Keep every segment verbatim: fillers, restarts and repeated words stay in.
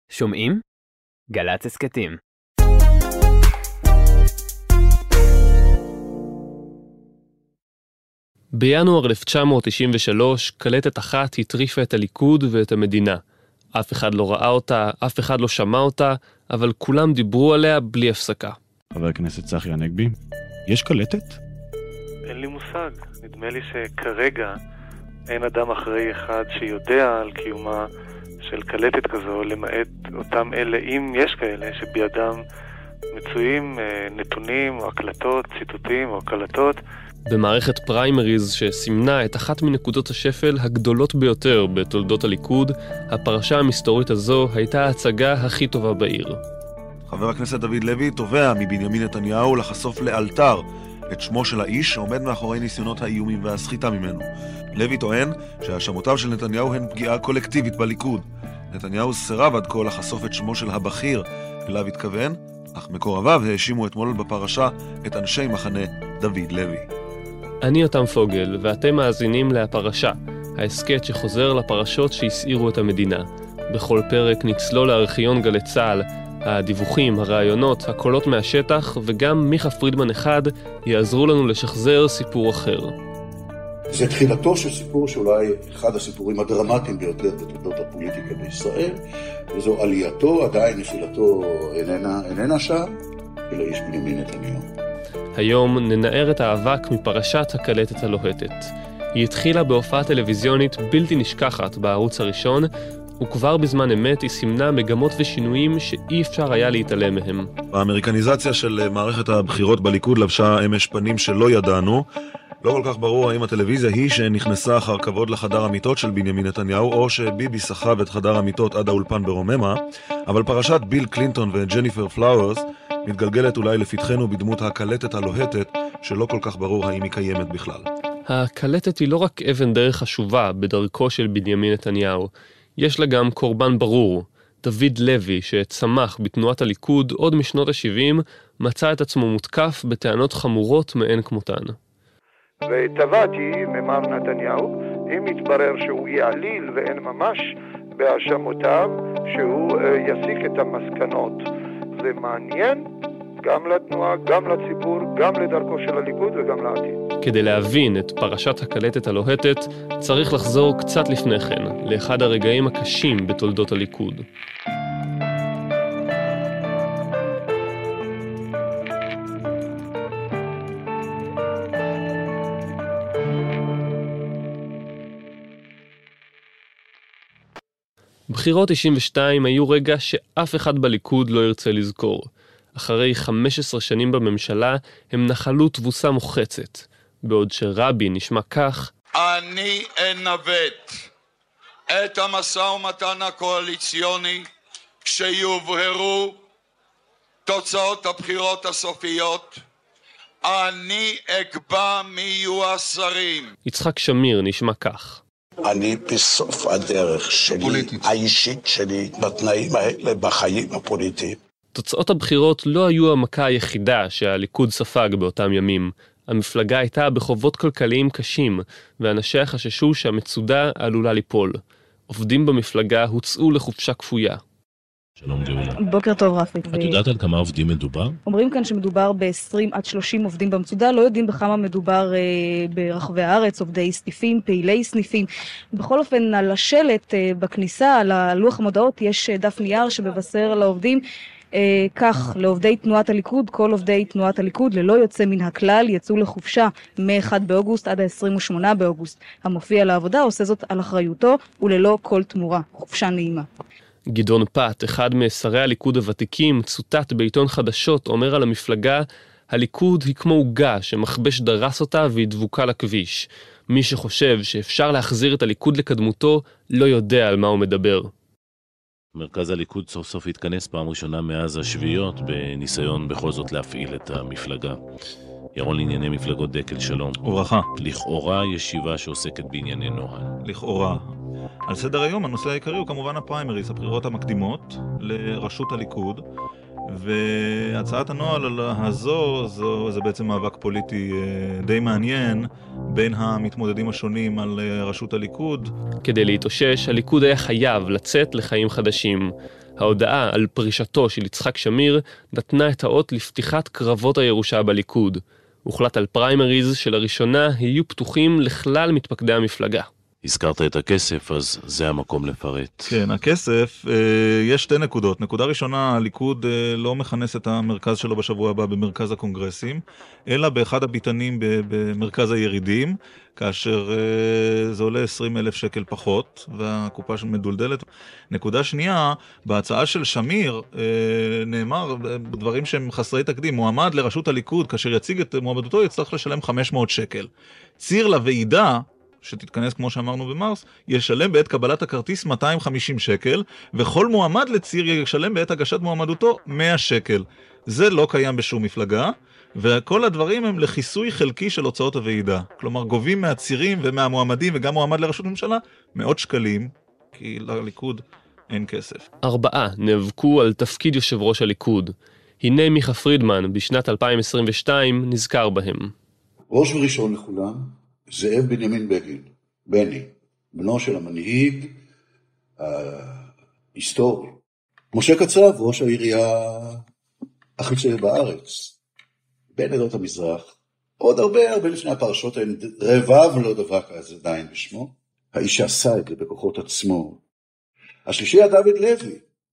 שומעים? גל"צ הסכתים. בינואר אלף תשע מאות תשעים ושלוש קלטת אחת הטריפה את הליכוד ואת המדינה. אף אחד לא ראה אותה, אף אחד לא שמע אותה, אבל כולם דיברו עליה בלי הפסקה. חבר הכנסת צחי הנגבי, יש קלטת? אין לי מושג. נדמה לי שכרגע אין אדם אחראי אחד שיודע על קיומה של קלטת כזו, למעט אותם אלה, אם יש כאלה, שבידם מצויים נתונים או הקלטות, ציטוטים או הקלטות. במערכת פריימריז שסימנה את אחת מנקודות השפל הגדולות ביותר בתולדות הליכוד, הפרשה המסתורית הזו הייתה ההצגה הכי טובה בעיר. חבר הכנסת דוד לוי תובע מבנימין נתניהו לחשוף לאלתר את שמו של האיש שעומד מאחורי ניסיונות האיומים והסחיטה ממנו. לוי טוען שהאשמותיו של נתניהו הן פגיעה קולקטיבית בליכוד. נתניהו סירב עד כה לחשוף את שמו של הבכיר אליו התכוון, אך מקורביו האשימו אתמול בפרשה את אנשי מחנה דוד לוי. אני יותם פוגל, ואתם מאזינים להפרשה, ההסכת שחוזר לפרשות שהסעירו את המדינה. בכל פרק נצלול לארכיון גלי צה"ל, הדיווחים, הרעיונות, הקולות מהשטח, וגם מיכה פרידמן אחד יעזרו לנו לשחזר סיפור אחר. זה תחילתו של סיפור שאולי אחד הסיפורים הדרמטיים ביותר בתולדות הפוליטיקה בישראל, וזו עלייתו, עדיין נפילתו איננה, איננה שם, אלא יש בנימין נתניהו. היום ננער את האבק מפרשת הקלטת הלוהטת. היא התחילה בהופעה טלוויזיונית בלתי נשכחת בערוץ הראשון, וכבר בזמן אמת היא סימנה מגמות ושינויים שאי אפשר היה להתעלם מהם. האמריקניזציה של מערכת הבחירות בליכוד לבשה אמש פנים שלא ידענו. לא כל כך ברור האם הטלוויזיה היא שנכנסה אחר כבוד לחדר המיטות של בנימין נתניהו, או שביבי סחב את חדר המיטות עד האולפן ברוממה, אבל פרשת ביל קלינטון וג'ניפר פלאוורס מתגלגלת אולי לפתחנו בדמות הקלטת הלוהטת, שלא כל כך ברור האם היא קיימת בכלל. הקלטת היא לא רק אבן דרך חשובה בדרכו של בנימין נתניהו, יש לה גם קורבן ברור. דוד לוי, שצמח בתנועת הליכוד עוד משנות ה-שבעים, מצא את עצמו מותקף בטענות חמורות מאין כמותן. ותבעתי ממר נתניהו, אם יתברר שהוא יעליל ואין ממש בהאשמותיו, שהוא יסיק את המסקנות. זה מעניין גם לתנועה, גם לציבור, גם לדרכו של הליכוד וגם לעתיד. כדי להבין את פרשת הקלטת הלוהטת, צריך לחזור קצת לפני כן, לאחד הרגעים הקשים בתולדות הליכוד. בחירות תשעים ושתיים היו רגע שאף אחד בליכוד לא ירצה לזכור. אחרי חמש עשרה שנים בממשלה הם נחלו תבוסה מוחצת. בעוד שרבין נשמע כך: אני אנווט את המשא ומתן הקואליציוני כשיובהרו תוצאות הבחירות הסופיות. אני אקבע מי יהיו השרים. יצחק שמיר נשמע כך: אני בסוף הדרך שלי, האישית שלי, בתנאים האלה, בחיים הפוליטיים. תוצאות הבחירות לא היו המכה היחידה שהליכוד ספג באותם ימים. המפלגה הייתה בחובות כלכליים קשים, ואנשיה חששו שהמצודה עלולה ליפול. עובדים במפלגה הוצאו לחופשה כפויה. שלום גאולה. בוקר טוב רפי. את יודעת על כמה עובדים מדובר? אומרים כאן שמדובר ב-עשרים עד שלושים עובדים במצודה, לא יודעים בכמה מדובר אה, ברחבי הארץ, עובדי סניפים, פעילי סניפים. בכל אופן, על השלט אה, בכניסה, על הלוח המודעות, יש דף נייר שמבשר לעובדים, אה, כך, לעובדי תנועת הליכוד, כל עובדי תנועת הליכוד, ללא יוצא מן הכלל, יצאו לחופשה מ-אחד באוגוסט עד ה-עשרים ושמונה באוגוסט. המופיע לעבודה עושה זאת על אחריותו וללא כל תמורה. חופשה נעימה. גדעון פת, אחד משרי הליכוד הוותיקים, צוטט בעיתון חדשות, אומר על המפלגה: הליכוד היא כמו עוגה שמחבש דרס אותה והיא דבוקה לכביש. מי שחושב שאפשר להחזיר את הליכוד לקדמותו לא יודע על מה הוא מדבר. מרכז הליכוד סוף סוף התכנס פעם ראשונה מאז השביעיות בניסיון בכל זאת להפעיל את המפלגה. ירון לענייני מפלגות דקל, שלום. וברכה. לכאורה ישיבה שעוסקת בענייני נוהל. לכאורה. על סדר היום הנושא העיקרי הוא כמובן הפריימריס, הבחירות המקדימות לראשות הליכוד, והצעת הנוהל הזו, זו, זה בעצם מאבק פוליטי די מעניין בין המתמודדים השונים על ראשות הליכוד. כדי להתאושש, הליכוד היה חייב לצאת לחיים חדשים. ההודעה על פרישתו של יצחק שמיר נתנה את האות לפתיחת קרבות הירושה בליכוד. הוחלט על פריימריז שלראשונה יהיו פתוחים לכלל מתפקדי המפלגה. הזכרת את הכסף, אז זה המקום לפרט. כן, הכסף, יש שתי נקודות. נקודה ראשונה, הליכוד לא מכנס את המרכז שלו בשבוע הבא במרכז הקונגרסים, אלא באחד הביטנים במרכז הירידים, כאשר זה עולה עשרים אלף שקל פחות, והקופה מדולדלת. נקודה שנייה, בהצעה של שמיר נאמר דברים שהם חסרי תקדים. מועמד לראשות הליכוד, כאשר יציג את מועמדותו, יצטרך לשלם חמש מאות שקל. ציר לוועידה, שתתכנס כמו שאמרנו במרס, ישלם בעת קבלת הכרטיס מאתיים וחמישים שקל, וכל מועמד לציר ישלם בעת הגשת מועמדותו מאה שקל. זה לא קיים בשום מפלגה, וכל הדברים הם לכיסוי חלקי של הוצאות הוועידה. כלומר, גובים מהצירים ומהמועמדים, וגם מועמד לראשות ממשלה, מאות שקלים, כי לליכוד אין כסף. ארבעה נאבקו על תפקיד יושב ראש הליכוד. הנה מיכה פרידמן בשנת אלפיים עשרים ושתיים נזכר בהם. ראש וראשון לכולם, זאב בנימין בגין, בני, בנו של המנהיג ההיסטורי. משה קצב, ראש העירייה הכי צעיר בארץ, בן עדות המזרח, עוד הרבה הרבה לפני הפרשות האלה, רבב לא דבק אז עדיין בשמו, האיש שעשה את זה בכוחות עצמו. השלישי היה דוד לוי,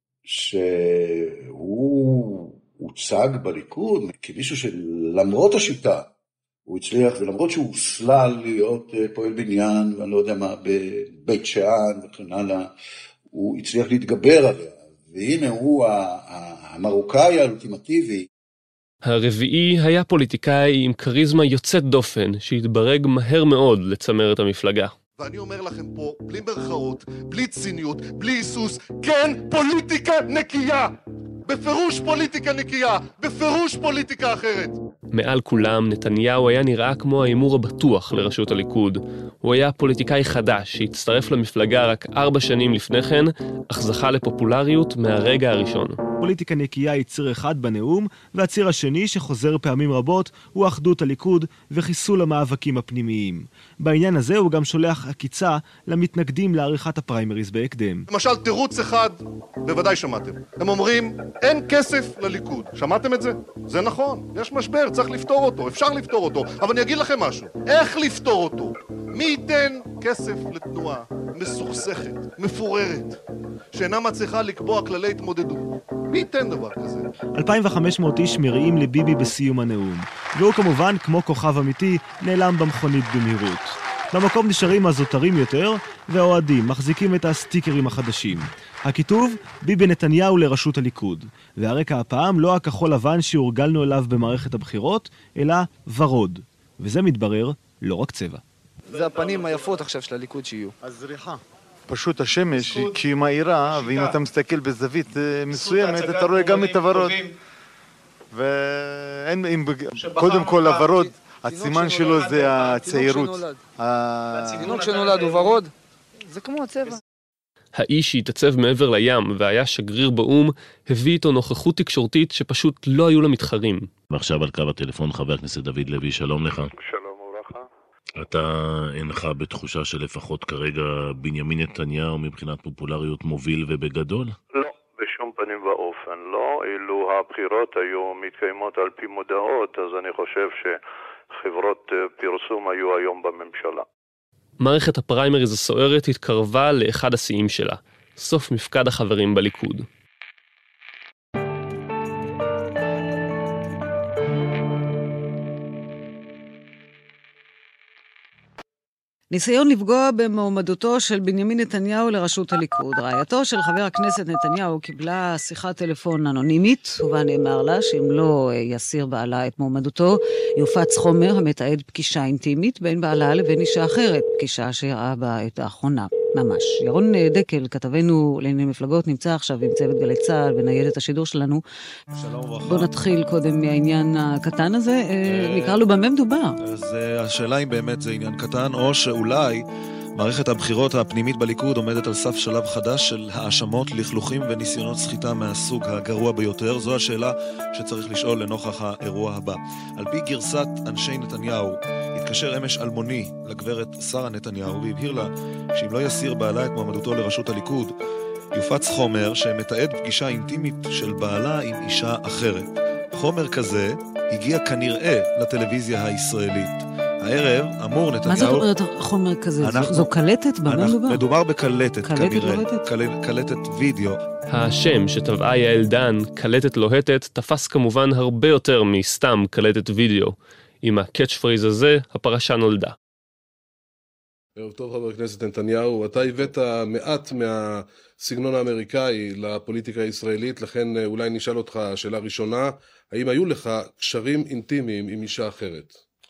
שהוא הוצג בליכוד כמישהו שלמרות השיטה, הוא הצליח, ולמרות שהוא הוסלל להיות פועל בניין, ואני לא יודע מה, בבית שאן וכן הלאה, הוא הצליח להתגבר עליה, והנה הוא המרוקאי האולטימטיבי. הרביעי היה פוליטיקאי עם קריזמה יוצאת דופן, שהתברג מהר מאוד לצמרת המפלגה. ואני אומר לכם פה, בלי מרכאות, בלי ציניות, בלי היסוס, כן, פוליטיקה נקייה! בפירוש פוליטיקה נקייה, בפירוש פוליטיקה אחרת. מעל כולם, נתניהו היה נראה כמו האימור הבטוח לראשות הליכוד. הוא היה פוליטיקאי חדש שהצטרף למפלגה רק ארבע שנים לפני כן, אך זכה לפופולריות מהרגע הראשון. פוליטיקה נקייה היא ציר אחד בנאום, והציר השני שחוזר פעמים רבות הוא אחדות הליכוד וחיסול המאבקים הפנימיים. בעניין הזה הוא גם שולח עקיצה למתנגדים לעריכת הפריימריז בהקדם. למשל, תירוץ אחד, בוודאי שמעתם. הם אומרים, אין כסף לליכוד. שמעתם את זה? זה נכון. יש משבר, צריך לפתור אותו, אפשר לפתור אותו. אבל אני אגיד לכם משהו. איך לפתור אותו? מי ייתן כסף לתנועה מסוכסכת, מפוררת, שאינה מצליחה לקבוע כללי התמודדות? מי ייתן דבר כזה? אלפיים וחמש מאות איש מריעים לביבי בסיום הנאום, והוא כמובן, כמו כוכב אמיתי, נעלם במכונית במהירות. במקום נשארים הזוטרים יותר, והאוהדים מחזיקים את הסטיקרים החדשים. הכיתוב, ביבי נתניהו לראשות הליכוד, והרקע הפעם לא הכחול לבן שהורגלנו אליו במערכת הבחירות, אלא ורוד. וזה מתברר לא רק צבע. זה הפנים היפות עכשיו של הליכוד שיהיו. הזריחה. פשוט השמש, כשהיא מהירה, ואם אתה מסתכל בזווית מסוימת, אתה רואה גם את הוורוד. קודם כל הוורוד, הסימן שלו זה הצעירות. הצינוק שנולד הוא ורוד, זה כמו הצבע. האיש שהתעצב מעבר לים והיה שגריר באום, הביא איתו נוכחות תקשורתית שפשוט לא היו לה מתחרים. ועכשיו על קו הטלפון חבר הכנסת דוד לוי, שלום לך. שלום וברכה. אתה אינך בתחושה שלפחות כרגע בנימין נתניהו מבחינת פופולריות מוביל ובגדול? לא, בשום פנים ואופן לא. אילו הבחירות היו מתקיימות על פי מודעות, אז אני חושב שחברות פרסום היו היום בממשלה. מערכת הפריימריז הסוערת התקרבה לאחד השיאים שלה, סוף מפקד החברים בליכוד. ניסיון לפגוע במועמדותו של בנימין נתניהו לראשות הליכוד. רעייתו של חבר הכנסת נתניהו קיבלה שיחת טלפון אנונימית, ובה נאמר לה שאם לא יסיר בעלה את מועמדותו, יופץ חומר המתעד פגישה אינטימית בין בעלה לבין אישה אחרת, פגישה שהראה בה את האחרונה. ממש. ירון דקל, כתבנו לענייני מפלגות, נמצא עכשיו עם צוות גלי צה"ל וניידת השידור שלנו. שלום וברכה. בוא נתחיל קודם מהעניין הקטן הזה. נקרא לו במה מדובר. אז השאלה אם באמת זה עניין קטן, או שאולי מערכת הבחירות הפנימית בליכוד עומדת על סף שלב חדש של האשמות, לכלוכים וניסיונות סחיטה מהסוג הגרוע ביותר. זו השאלה שצריך לשאול לנוכח האירוע הבא. על פי גרסת אנשי נתניהו, התקשר אמש אלמוני לגברת שרה נתניהו והבהיר לה שאם לא יסיר בעלה את מועמדותו לראשות הליכוד, יופץ חומר שמתעד פגישה אינטימית של בעלה עם אישה אחרת. חומר כזה הגיע כנראה לטלוויזיה הישראלית. הערב אמור נתניהו... מה זאת אומרת חומר כזה? אנחנו, זו קלטת? במה מדובר? מדובר בקלטת כנראה. קל, קלטת וידאו. השם שטבעה יעל דן, קלטת לוהטת, תפס כמובן הרבה יותר מסתם קלטת וידאו. עם הקאץ' פריז הזה, הפרשה נולדה. ערב טוב חבר הכנסת נתניהו, אתה הבאת מעט מהסגנון האמריקאי לפוליטיקה הישראלית, לכן אולי נשאל אותך שאלה ראשונה, האם היו לך קשרים אינטימיים עם אישה אחרת?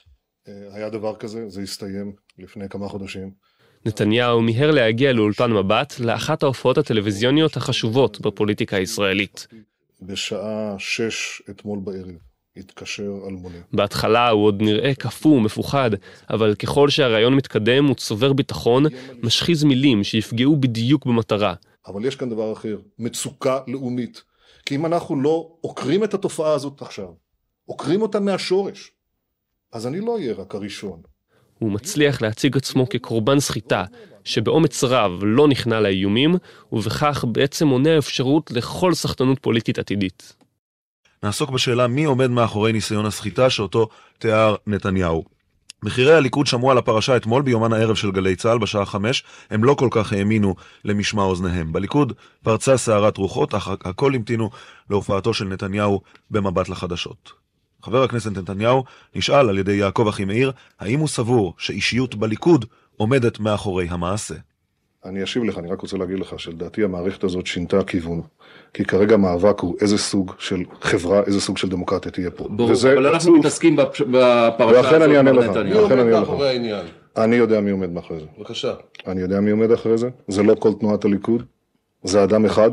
היה דבר כזה, זה הסתיים לפני כמה חודשים. נתניהו מיהר להגיע לאולפן מבט לאחת ההופעות הטלוויזיוניות החשובות בפוליטיקה הישראלית. בשעה שש אתמול בערב התקשר אלמוני. בהתחלה הוא עוד נראה קפוא ומפוחד, אבל ככל שהרעיון מתקדם הוא צובר ביטחון, משחיז מילים שיפגעו בדיוק במטרה. אבל יש כאן דבר אחר, מצוקה לאומית. כי אם אנחנו לא עוקרים את התופעה הזאת עכשיו, עוקרים אותה מהשורש, אז אני לא אהיה רק הראשון. הוא מצליח להציג עצמו כקורבן סחיטה, שבאומץ רב לא נכנע לאיומים, ובכך בעצם מונע אפשרות לכל סחטנות פוליטית עתידית. נעסוק בשאלה מי עומד מאחורי ניסיון הסחיטה שאותו תיאר נתניהו. מחירי הליכוד שמעו על הפרשה אתמול ביומן הערב של גלי צהל בשעה חמש, הם לא כל כך האמינו למשמע אוזניהם. בליכוד פרצה סערת רוחות, אך הכל המתינו להופעתו של נתניהו במבט לחדשות. חבר הכנסת נתניהו נשאל על ידי יעקב אחימאיר, האם הוא סבור שאישיות בליכוד עומדת מאחורי המעשה. אני אשיב לך, אני רק רוצה להגיד לך שלדעתי המערכת הזאת שינתה כיוון. כי כרגע מאבק הוא איזה סוג של חברה, איזה סוג של דמוקרטיה תהיה פה. ברור, אבל אנחנו עצוב. מתעסקים בפרשה הזאת. ואכן אני אענה לך. מי עומד מאחורי העניין? אני יודע מי עומד מאחורי זה. בבקשה. אני יודע מי עומד אחרי זה. זה לא כל תנועת הליכוד. זה אדם אחד,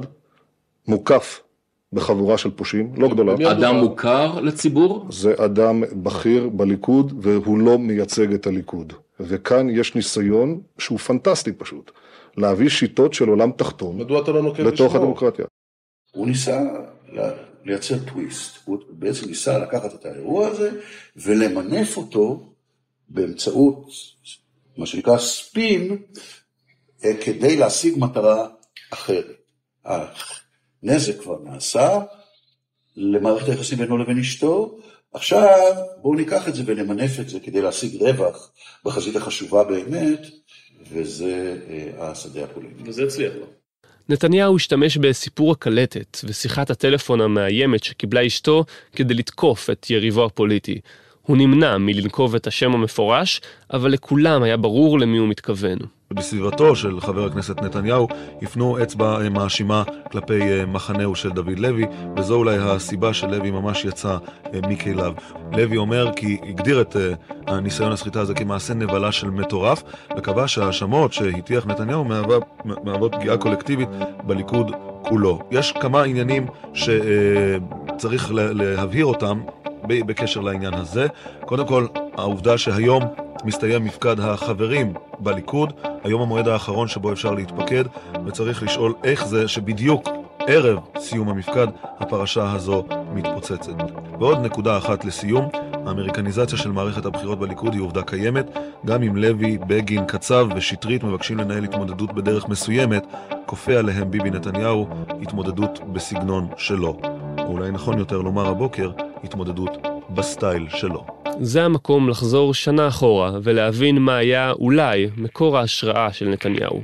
מוקף בחבורה של פושעים, לא גדולה. אדם מוכר לציבור? זה אדם בכיר בליכוד, והוא לא מייצג את הליכוד. וכאן יש ניסיון שהוא פנטסטי פשוט. להביא שיטות של עולם תחתון לתוך הדמוקרטיה. הוא ניסה לייצר טוויסט, הוא בעצם ניסה לקחת את האירוע הזה ולמנף אותו באמצעות מה שנקרא ספין כדי להשיג מטרה אחרת. הנזק כבר נעשה למערכת היחסים בינו לבין אשתו, עכשיו בואו ניקח את זה ונמנף את זה כדי להשיג רווח בחזית החשובה באמת, וזה השדה הפוליטי. וזה הצליח לו. נתניהו השתמש בסיפור הקלטת ושיחת הטלפון המאיימת שקיבלה אשתו כדי לתקוף את יריבו הפוליטי. הוא נמנע מלנקוב את השם המפורש, אבל לכולם היה ברור למי הוא מתכוון. בסביבתו של חבר הכנסת נתניהו הפנו אצבע מאשימה כלפי מחנהו של דוד לוי, וזו אולי הסיבה שלוי ממש יצא מכליו. לוי אומר כי הגדיר את הניסיון הסחיטה הזה כמעשה נבלה של מטורף, וקבע שההאשמות שהטיח נתניהו מהוות פגיעה קולקטיבית בליכוד כולו. יש כמה עניינים שצריך להבהיר אותם בקשר לעניין הזה. קודם כל, העובדה שהיום מסתיים מפקד החברים בליכוד, היום המועד האחרון שבו אפשר להתפקד, וצריך לשאול איך זה שבדיוק ערב סיום המפקד הפרשה הזו מתפוצצת. ועוד נקודה אחת לסיום, האמריקניזציה של מערכת הבחירות בליכוד היא עובדה קיימת, גם אם לוי, בגין, קצב ושטרית מבקשים לנהל התמודדות בדרך מסוימת, כופה עליהם ביבי נתניהו התמודדות בסגנון שלו. או אולי נכון יותר לומר הבוקר, התמודדות בסטייל שלו. זה המקום לחזור שנה אחורה ולהבין מה היה אולי מקור ההשראה של נתניהו.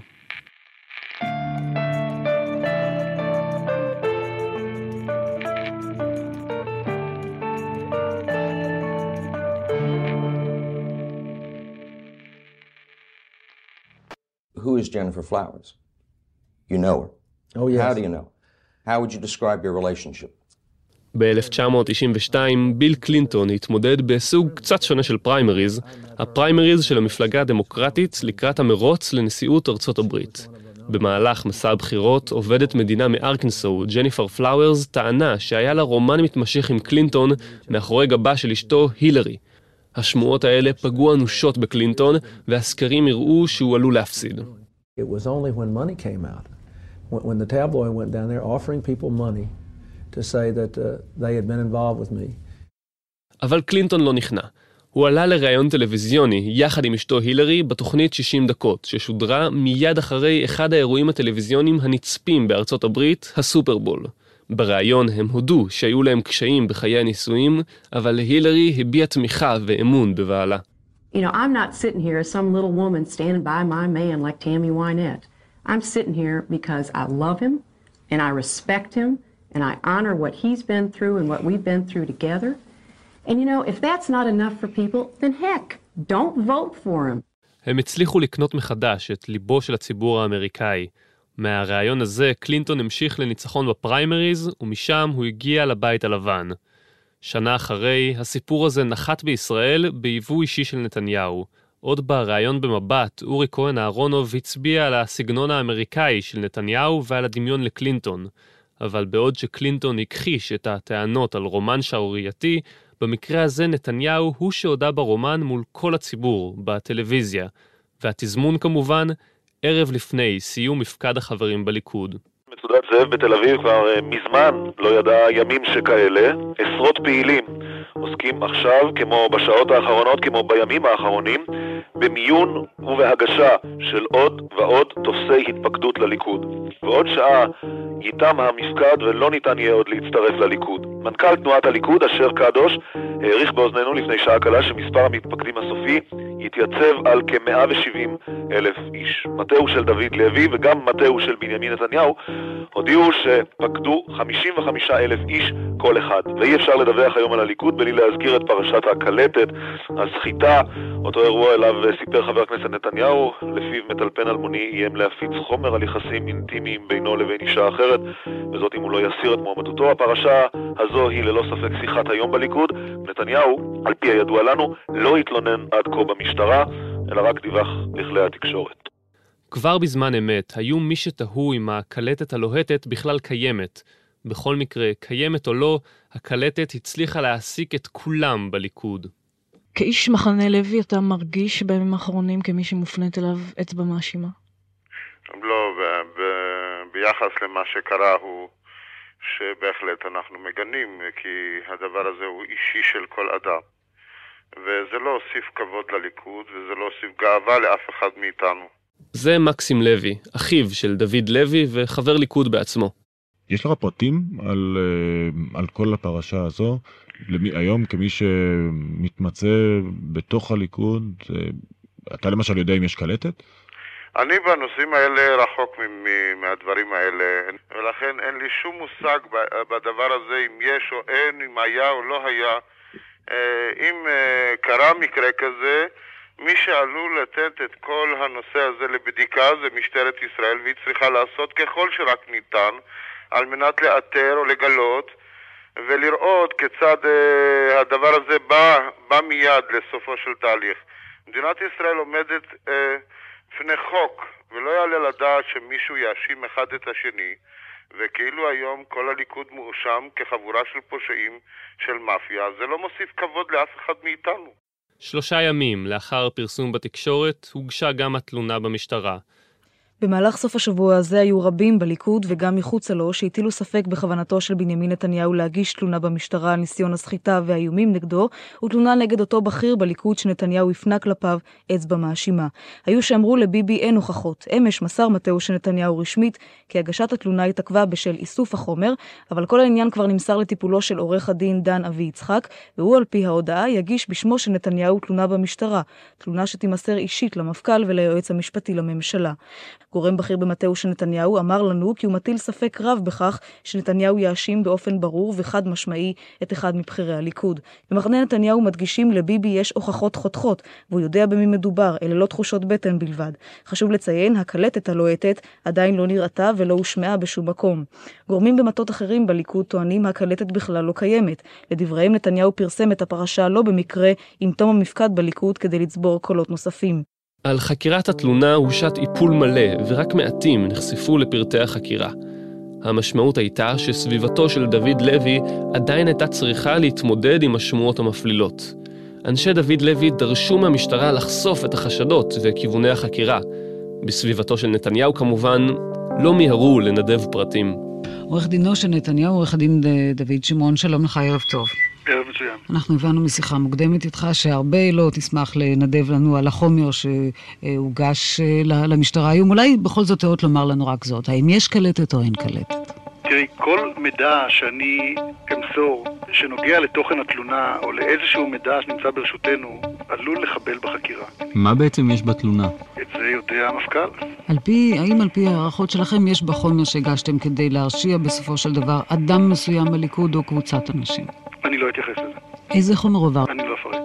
Who is Jennifer Flowers? You know her. Oh, yes. How do you know? How would you describe your relationship? ב-אלף תשע מאות תשעים ושתיים ביל קלינטון התמודד בסוג קצת שונה של פריימריז, הפריימריז של המפלגה הדמוקרטית לקראת המרוץ לנשיאות ארצות הברית. במהלך מסע הבחירות, עובדת מדינה מארקנסו, ג'ניפר פלאוורס, טענה שהיה לה רומן מתמשך עם קלינטון מאחורי גבה של אשתו הילרי. השמועות האלה פגעו אנושות בקלינטון, והסקרים הראו שהוא עלול להפסיד. It was only when money came out, when, when the tabloid went down there offering people money to say that uh, they had been involved with me. אבל קלינטון לא נכנע. הוא עלה לראיון טלוויזיוני יחד עם אשתו הילרי בתוכנית שישים דקות, ששודרה מיד אחרי אחד האירועים הטלוויזיוניים הנצפים בארצות הברית, הסופרבול. בראיון הם הודו שהיו להם קשיים בחיי הנישואים, אבל הילרי הביעה תמיכה ואמון בבעלה. You know, I'm not sitting here as some little woman standing by my man like Tammy Wynette. I'm sitting here because I love him and I respect him and I honor what he's been through and what we've been through together. And you know, if that's not enough for people, then heck, don't vote for him. הם הצליחו לקנות מחדש את ליבו של הציבור האמריקאי. מהרעיון הזה קלינטון המשיך לניצחון בפריימריז, ומשם הוא הגיע לבית הלבן. שנה אחרי, הסיפור הזה נחת בישראל ביבוא אישי של נתניהו. עוד ברעיון במבט, אורי כהן אהרונוב הצביע על הסגנון האמריקאי של נתניהו ועל הדמיון לקלינטון. אבל בעוד שקלינטון הכחיש את הטענות על רומן שערורייתי, במקרה הזה נתניהו הוא שהודה ברומן מול כל הציבור, בטלוויזיה. והתזמון כמובן, ערב לפני סיום מפקד החברים בליכוד. מצודת זאב בתל אביב כבר מזמן לא ידע ימים שכאלה. עשרות פעילים עוסקים עכשיו, כמו בשעות האחרונות, כמו בימים האחרונים, במיון ובהגשה של עוד ועוד תופסי התפקדות לליכוד. ועוד שעה ייתם המפקד ולא ניתן יהיה עוד להצטרף לליכוד. מנכ"ל תנועת הליכוד, אשר קדוש, העריך באוזנינו לפני שעה קלה שמספר המתפקדים הסופי יתייצב על כ-מאה ושבעים אלף איש. מטהו של דוד לוי וגם מטהו של בנימין נתניהו הודיעו שפקדו חמישים וחמישה אלף איש כל אחד. ואי אפשר לדווח היום על הליכוד בלי להזכיר את פרשת הקלטת, הסחיטה, אותו אירוע אליו סיפר חבר הכנסת נתניהו, לפיו מטלפן אלמוני איים להפיץ חומר על יחסים אינטימיים בינו לבין אישה אחרת, וזאת אם הוא לא יסיר את מועמדותו. הפרשה הזו היא ללא ספק שיחת היום בליכוד. נתניהו, על פי הידוע לנו, לא התלונן עד כה במשטרה, אלא רק דיווח לכלי התקשורת. כבר בזמן אמת, היו מי שתהו אם הקלטת הלוהטת בכלל קיימת. בכל מקרה, קיימת או לא, הקלטת הצליחה להעסיק את כולם בליכוד. כאיש מחנה לוי, אתה מרגיש בימים האחרונים כמי שמופנית אליו אצבע מאשימה? לא, ב- ב- ביחס למה שקרה הוא שבהחלט אנחנו מגנים, כי הדבר הזה הוא אישי של כל אדם. וזה לא הוסיף כבוד לליכוד, וזה לא הוסיף גאווה לאף אחד מאיתנו. זה מקסים לוי, אחיו של דוד לוי וחבר ליכוד בעצמו. יש לך פרטים על, על כל הפרשה הזו? למי, היום כמי שמתמצא בתוך הליכוד, אתה למשל יודע אם יש קלטת? אני בנושאים האלה רחוק מהדברים האלה, ולכן אין לי שום מושג בדבר הזה אם יש או אין, אם היה או לא היה. אם קרה מקרה כזה, מי שעלול לתת את כל הנושא הזה לבדיקה זה משטרת ישראל, והיא צריכה לעשות ככל שרק ניתן על מנת לאתר או לגלות ולראות כיצד אה, הדבר הזה בא, בא מיד לסופו של תהליך. מדינת ישראל עומדת אה, לפני חוק, ולא יעלה לדעת שמישהו יאשים אחד את השני, וכאילו היום כל הליכוד מאושם כחבורה של פושעים של מאפיה, זה לא מוסיף כבוד לאף אחד מאיתנו. שלושה ימים לאחר פרסום בתקשורת הוגשה גם התלונה במשטרה. במהלך סוף השבוע הזה היו רבים בליכוד וגם מחוצה לו שהטילו ספק בכוונתו של בנימין נתניהו להגיש תלונה במשטרה על ניסיון הסחיטה והאיומים נגדו, ותלונה נגד אותו בכיר בליכוד שנתניהו הפנה כלפיו אצבע מאשימה. היו שאמרו לביבי אין הוכחות. אמש מסר מטהו של נתניהו רשמית כי הגשת התלונה התעכבה בשל איסוף החומר, אבל כל העניין כבר נמסר לטיפולו של עורך הדין דן אבי יצחק, והוא על פי ההודעה יגיש בשמו של נתניהו תלונה במשטרה, תלונה שתימסר אישית למפכ"ל וליועץ המשפטי לממשלה. גורם בכיר במטהו של נתניהו אמר לנו כי הוא מטיל ספק רב בכך שנתניהו יאשים באופן ברור וחד משמעי את אחד מבחירי הליכוד. במחנה נתניהו מדגישים לביבי יש הוכחות חותכות, והוא יודע במי מדובר, אלה לא תחושות בטן בלבד. חשוב לציין, הקלטת הלוהטת עדיין לא נראתה ולא הושמעה בשום מקום. גורמים במטות אחרים בליכוד טוענים הקלטת בכלל לא קיימת. לדבריהם נתניהו פרסם את הפרשה לא במקרה עם תום המפקד בליכוד כדי לצבור קולות נוספים. על חקירת התלונה הושת איפול מלא, ורק מעטים נחשפו לפרטי החקירה. המשמעות הייתה שסביבתו של דוד לוי עדיין הייתה צריכה להתמודד עם השמועות המפלילות. אנשי דוד לוי דרשו מהמשטרה לחשוף את החשדות וכיווני החקירה. בסביבתו של נתניהו כמובן לא מיהרו לנדב פרטים. עורך דינו של נתניהו, עורך דין דוד שמעון, שלום לך, ערב טוב. ערב מצוין. אנחנו הבנו משיחה מוקדמת איתך שהרבה לא תשמח לנדב לנו על החומר שהוגש למשטרה היום. אולי בכל זאת תאות לומר לנו רק זאת. האם יש קלטת או אין קלטת? תראי, כל מידע שאני אמסור שנוגע לתוכן התלונה או לאיזשהו מידע שנמצא ברשותנו עלול לחבל בחקירה. מה בעצם יש בתלונה? את זה יודע המפכ"ל. על פי, האם על פי הערכות שלכם יש בחומר שהגשתם כדי להרשיע בסופו של דבר אדם מסוים בליכוד או קבוצת אנשים? אני לא אתייחס לזה. איזה חומר עובר? אני לא אפרט.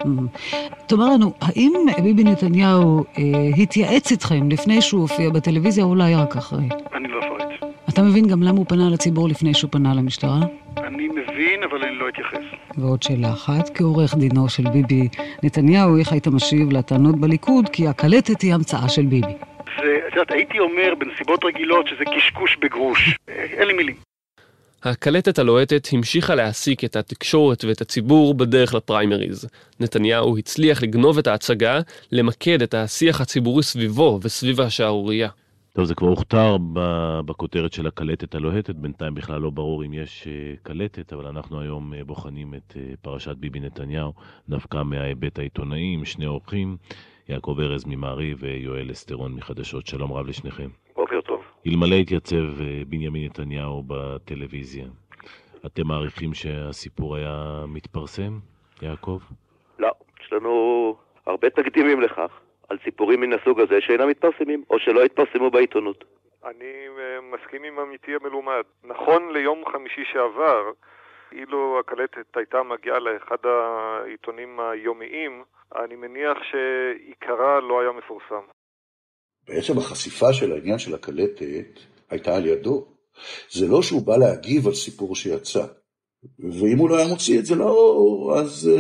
תאמר לנו, האם ביבי נתניהו אה, התייעץ איתכם לפני שהוא הופיע בטלוויזיה או אולי רק אחרי? אני לא אפרט. אתה מבין גם למה הוא פנה לציבור לפני שהוא פנה למשטרה? אני מבין, אבל אני לא אתייחס. ועוד שאלה אחת, כעורך דינו של ביבי נתניהו, איך היית משיב לטענות בליכוד, כי הקלטת היא המצאה של ביבי? זה, את יודעת, הייתי אומר בנסיבות רגילות שזה קשקוש בגרוש. אין לי מילים. הקלטת הלוהטת המשיכה להעסיק את התקשורת ואת הציבור בדרך לפריימריז. נתניהו הצליח לגנוב את ההצגה, למקד את השיח הציבורי סביבו וסביב השערורייה. טוב, זה כבר הוכתר בכותרת של הקלטת הלוהטת, בינתיים בכלל לא ברור אם יש קלטת, אבל אנחנו היום בוחנים את פרשת ביבי נתניהו, דווקא מההיבט העיתונאי, עם שני אורחים, יעקב ארז ממעריב ויואל אסטרון מחדשות. שלום רב לשניכם. בוקר טוב. אלמלא התייצב בנימין נתניהו בטלוויזיה, אתם מעריכים שהסיפור היה מתפרסם, יעקב? לא, יש לנו הרבה תקדימים לכך. על סיפורים מן הסוג הזה שאינם מתפרסמים, או שלא התפרסמו בעיתונות. אני מסכים עם עמיתי המלומד. נכון ליום חמישי שעבר, אילו הקלטת הייתה מגיעה לאחד העיתונים היומיים, אני מניח שעיקרה לא היה מפורסם. בעצם החשיפה של העניין של הקלטת הייתה על ידו. זה לא שהוא בא להגיב על סיפור שיצא. ואם הוא לא היה מוציא את זה לאור, אז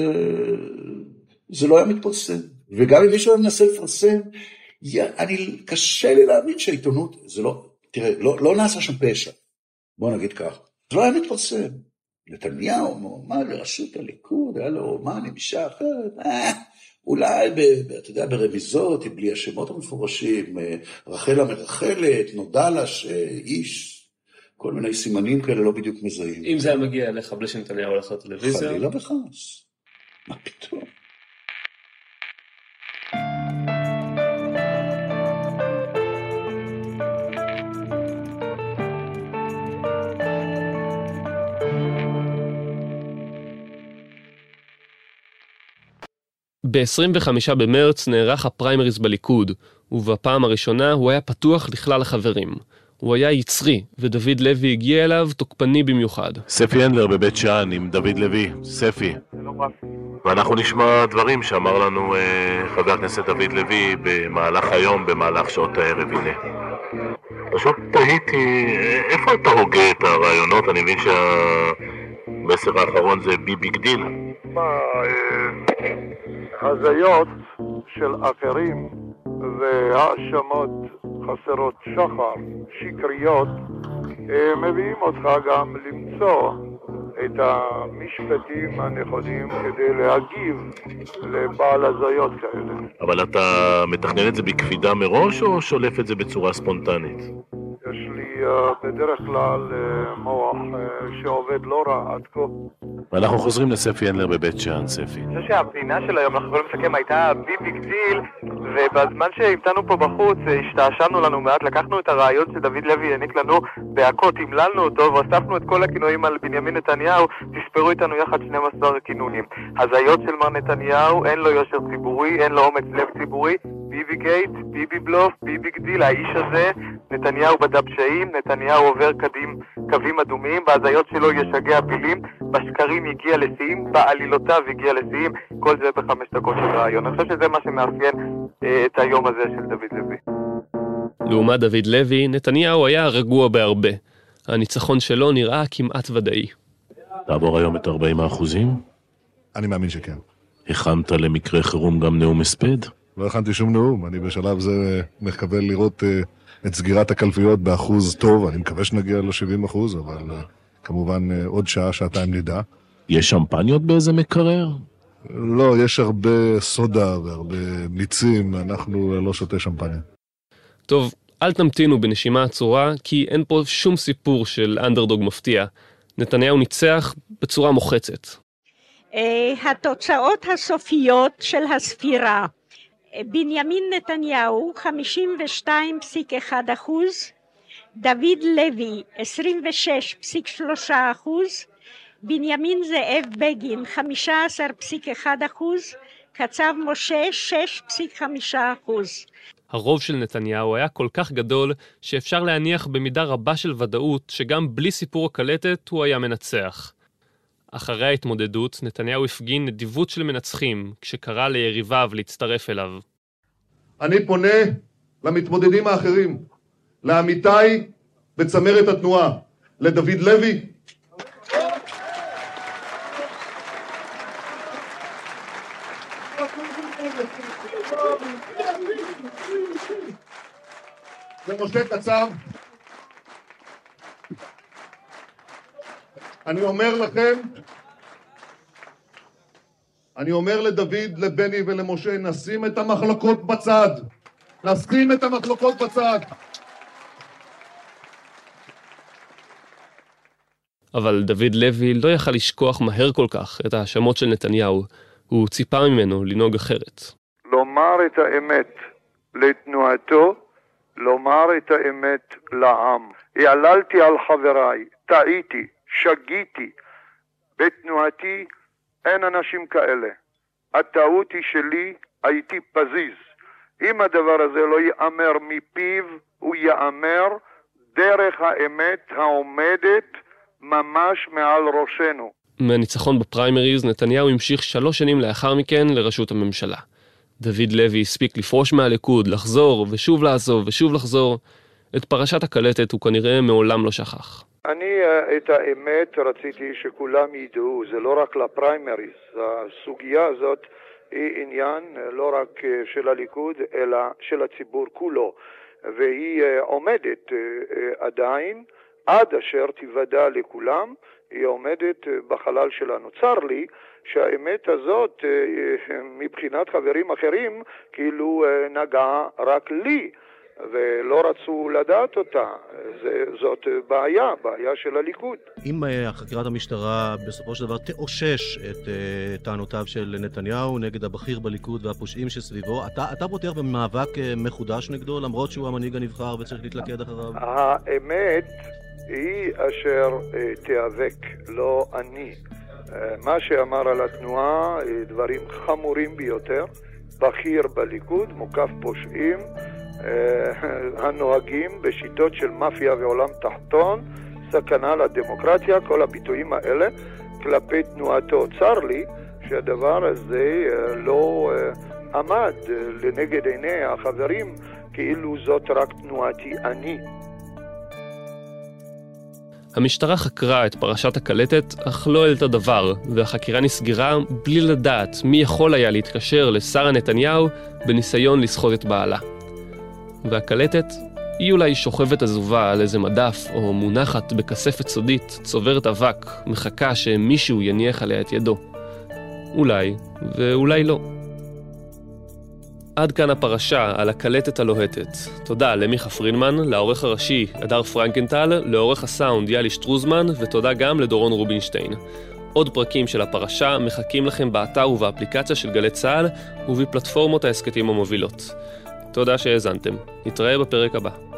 זה לא היה מתפרסם. וגם אם מישהו מנסה לפרסם, אני קשה לי להאמין שהעיתונות, זה לא, תראה, לא, לא נעשה שם פשע. בוא נגיד כך. זה לא היה מתפרסם. נתניהו מועמד לראשות הליכוד, היה לו רומן עם אישה אחרת, אה, אולי, ב, ב, אתה יודע, ברמיזות, בלי השמות המפורשים, רחל המרחלת, נודע לה שאיש, כל מיני סימנים כאלה לא בדיוק מזהים. אם זה היה מגיע אליך בלי שנתניהו הולך לטלוויזיה? חלילה וחס. מה פתאום? ב-עשרים וחמישה במרץ נערך הפריימריז בליכוד, ובפעם הראשונה הוא היה פתוח לכלל החברים. הוא היה יצרי, ודוד לוי הגיע אליו תוקפני במיוחד. ספי הנדלר בבית שאן עם דוד לוי. ספי. ואנחנו נשמע דברים שאמר לנו אה, חבר הכנסת דוד לוי במהלך היום, במהלך שעות הערב. הנה. פשוט תהיתי, איפה אתה הוגה את הרעיונות? אני מבין שהמסר האחרון זה ביבי גדיל. מה, הזיות של אחרים והאשמות חסרות שחר, שקריות, מביאים אותך גם למצוא את המשפטים הנכונים כדי להגיב לבעל הזיות כאלה. אבל אתה מתכנן את זה בקפידה מראש או שולף את זה בצורה ספונטנית? יש לי uh, בדרך כלל uh, מוח uh, שעובד לא רע עד כה. ואנחנו חוזרים לספי הנדלר בבית שאן. ספי. אני חושב שהפינה של היום, אנחנו יכולים לסכם, הייתה ביבי גדיל, ובזמן שהמתנו פה בחוץ השתעשענו לנו מעט, לקחנו את הרעיון שדוד לוי העניק לנו בהקות, המללנו אותו והוספנו את כל הכינויים על בנימין נתניהו, תספרו איתנו יחד שנים עשר כינונים. הזיות של מר נתניהו, אין לו יושר ציבורי, אין לו אומץ לב ציבורי, ביבי גייט, ביבי בלוף, ביבי גדיל, האיש הזה, נתניהו בדע פשעים, נתניהו עובר קדים, קווים אדומים, בהזיות שלו ישגע פילים, בשקרים הגיע לשיאים, בעלילותיו הגיע לשיאים, כל זה בחמש דקות של רעיון. אני חושב שזה מה שמאפיין אה, את היום הזה של דוד לוי. לעומת דוד לוי, נתניהו היה רגוע בהרבה. הניצחון שלו נראה כמעט ודאי. תעבור היום את ארבעים האחוזים? אני מאמין שכן. הכנת למקרה חירום גם נאום הספד? לא הכנתי שום נאום, אני בשלב זה מקבל לראות uh, את סגירת הקלפיות באחוז טוב, אני מקווה שנגיע ל-שבעים אחוז, אבל uh, כמובן uh, עוד שעה, שעתיים נדע. יש שמפניות באיזה מקרר? לא, יש הרבה סודה והרבה מיצים, אנחנו לא שותה שמפניה. טוב, אל תמתינו בנשימה עצורה, כי אין פה שום סיפור של אנדרדוג מפתיע. נתניהו ניצח בצורה מוחצת. התוצאות הסופיות של הספירה. בנימין נתניהו חמישים ושתיים נקודה אחת אחוז, דוד לוי עשרים ושש נקודה שלושה אחוז, בנימין זאב בגין חמישה עשר נקודה אחת אחוז, קצב משה שש נקודה חמישה אחוז. הרוב של נתניהו היה כל כך גדול שאפשר להניח במידה רבה של ודאות שגם בלי סיפור הקלטת הוא היה מנצח. אחרי ההתמודדות, נתניהו הפגין נדיבות של מנצחים כשקרא ליריביו להצטרף אליו. אני פונה למתמודדים האחרים, לעמיתי בצמרת התנועה, לדוד לוי, למשה קצב. אני אומר לכם, אני אומר לדוד, לבני ולמשה, נשים את המחלוקות בצד. נשים את המחלוקות בצד. אבל דוד לוי לא יכל לשכוח מהר כל כך את האשמות של נתניהו. הוא ציפה ממנו לנהוג אחרת. לומר את האמת לתנועתו, לומר את האמת לעם. העללתי על חבריי, טעיתי, שגיתי. בתנועתי אין אנשים כאלה. הטעות היא שלי, הייתי פזיז. אם הדבר הזה לא יאמר מפיו, הוא יאמר דרך האמת העומדת ממש מעל ראשנו. מהניצחון בפריימריז, נתניהו המשיך שלוש שנים לאחר מכן לראשות הממשלה. דוד לוי הספיק לפרוש מהליכוד, לחזור ושוב לעזוב ושוב לחזור. את פרשת הקלטת הוא כנראה מעולם לא שכח. אני את האמת רציתי שכולם ידעו, זה לא רק לפריימריז. הסוגיה הזאת היא עניין לא רק של הליכוד, אלא של הציבור כולו. והיא עומדת עדיין, עד אשר תיוודע לכולם, היא עומדת בחלל שלנו. צר לי שהאמת הזאת מבחינת חברים אחרים כאילו נגעה רק לי ולא רצו לדעת אותה. זאת בעיה, בעיה של הליכוד. אם חקירת המשטרה בסופו של דבר תאושש את טענותיו של נתניהו נגד הבכיר בליכוד והפושעים שסביבו, אתה, אתה פותח במאבק מחודש נגדו למרות שהוא המנהיג הנבחר וצריך להתלכד אחריו? האמת היא אשר תיאבק, לא אני. מה שאמר על התנועה, דברים חמורים ביותר. בכיר בליכוד, מוקף פושעים, הנוהגים בשיטות של מאפיה ועולם תחתון, סכנה לדמוקרטיה, כל הביטויים האלה כלפי תנועתו. צר לי שהדבר הזה לא עמד לנגד עיני החברים, כאילו זאת רק תנועתי אני. המשטרה חקרה את פרשת הקלטת, אך לא העלתה דבר, והחקירה נסגרה בלי לדעת מי יכול היה להתקשר לשרה נתניהו בניסיון לסחוט את בעלה. והקלטת היא אולי שוכבת עזובה על איזה מדף או מונחת בכספת סודית, צוברת אבק, מחכה שמישהו יניח עליה את ידו. אולי, ואולי לא. עד כאן הפרשה על הקלטת הלוהטת. תודה למיכה פרינמן, לעורך הראשי אדר פרנקנטל, לעורך הסאונד יאלי שטרוזמן, ותודה גם לדורון רובינשטיין. עוד פרקים של הפרשה מחכים לכם באתר ובאפליקציה של גלי צהל ובפלטפורמות העסקתים המובילות. תודה שהאזנתם. נתראה בפרק הבא.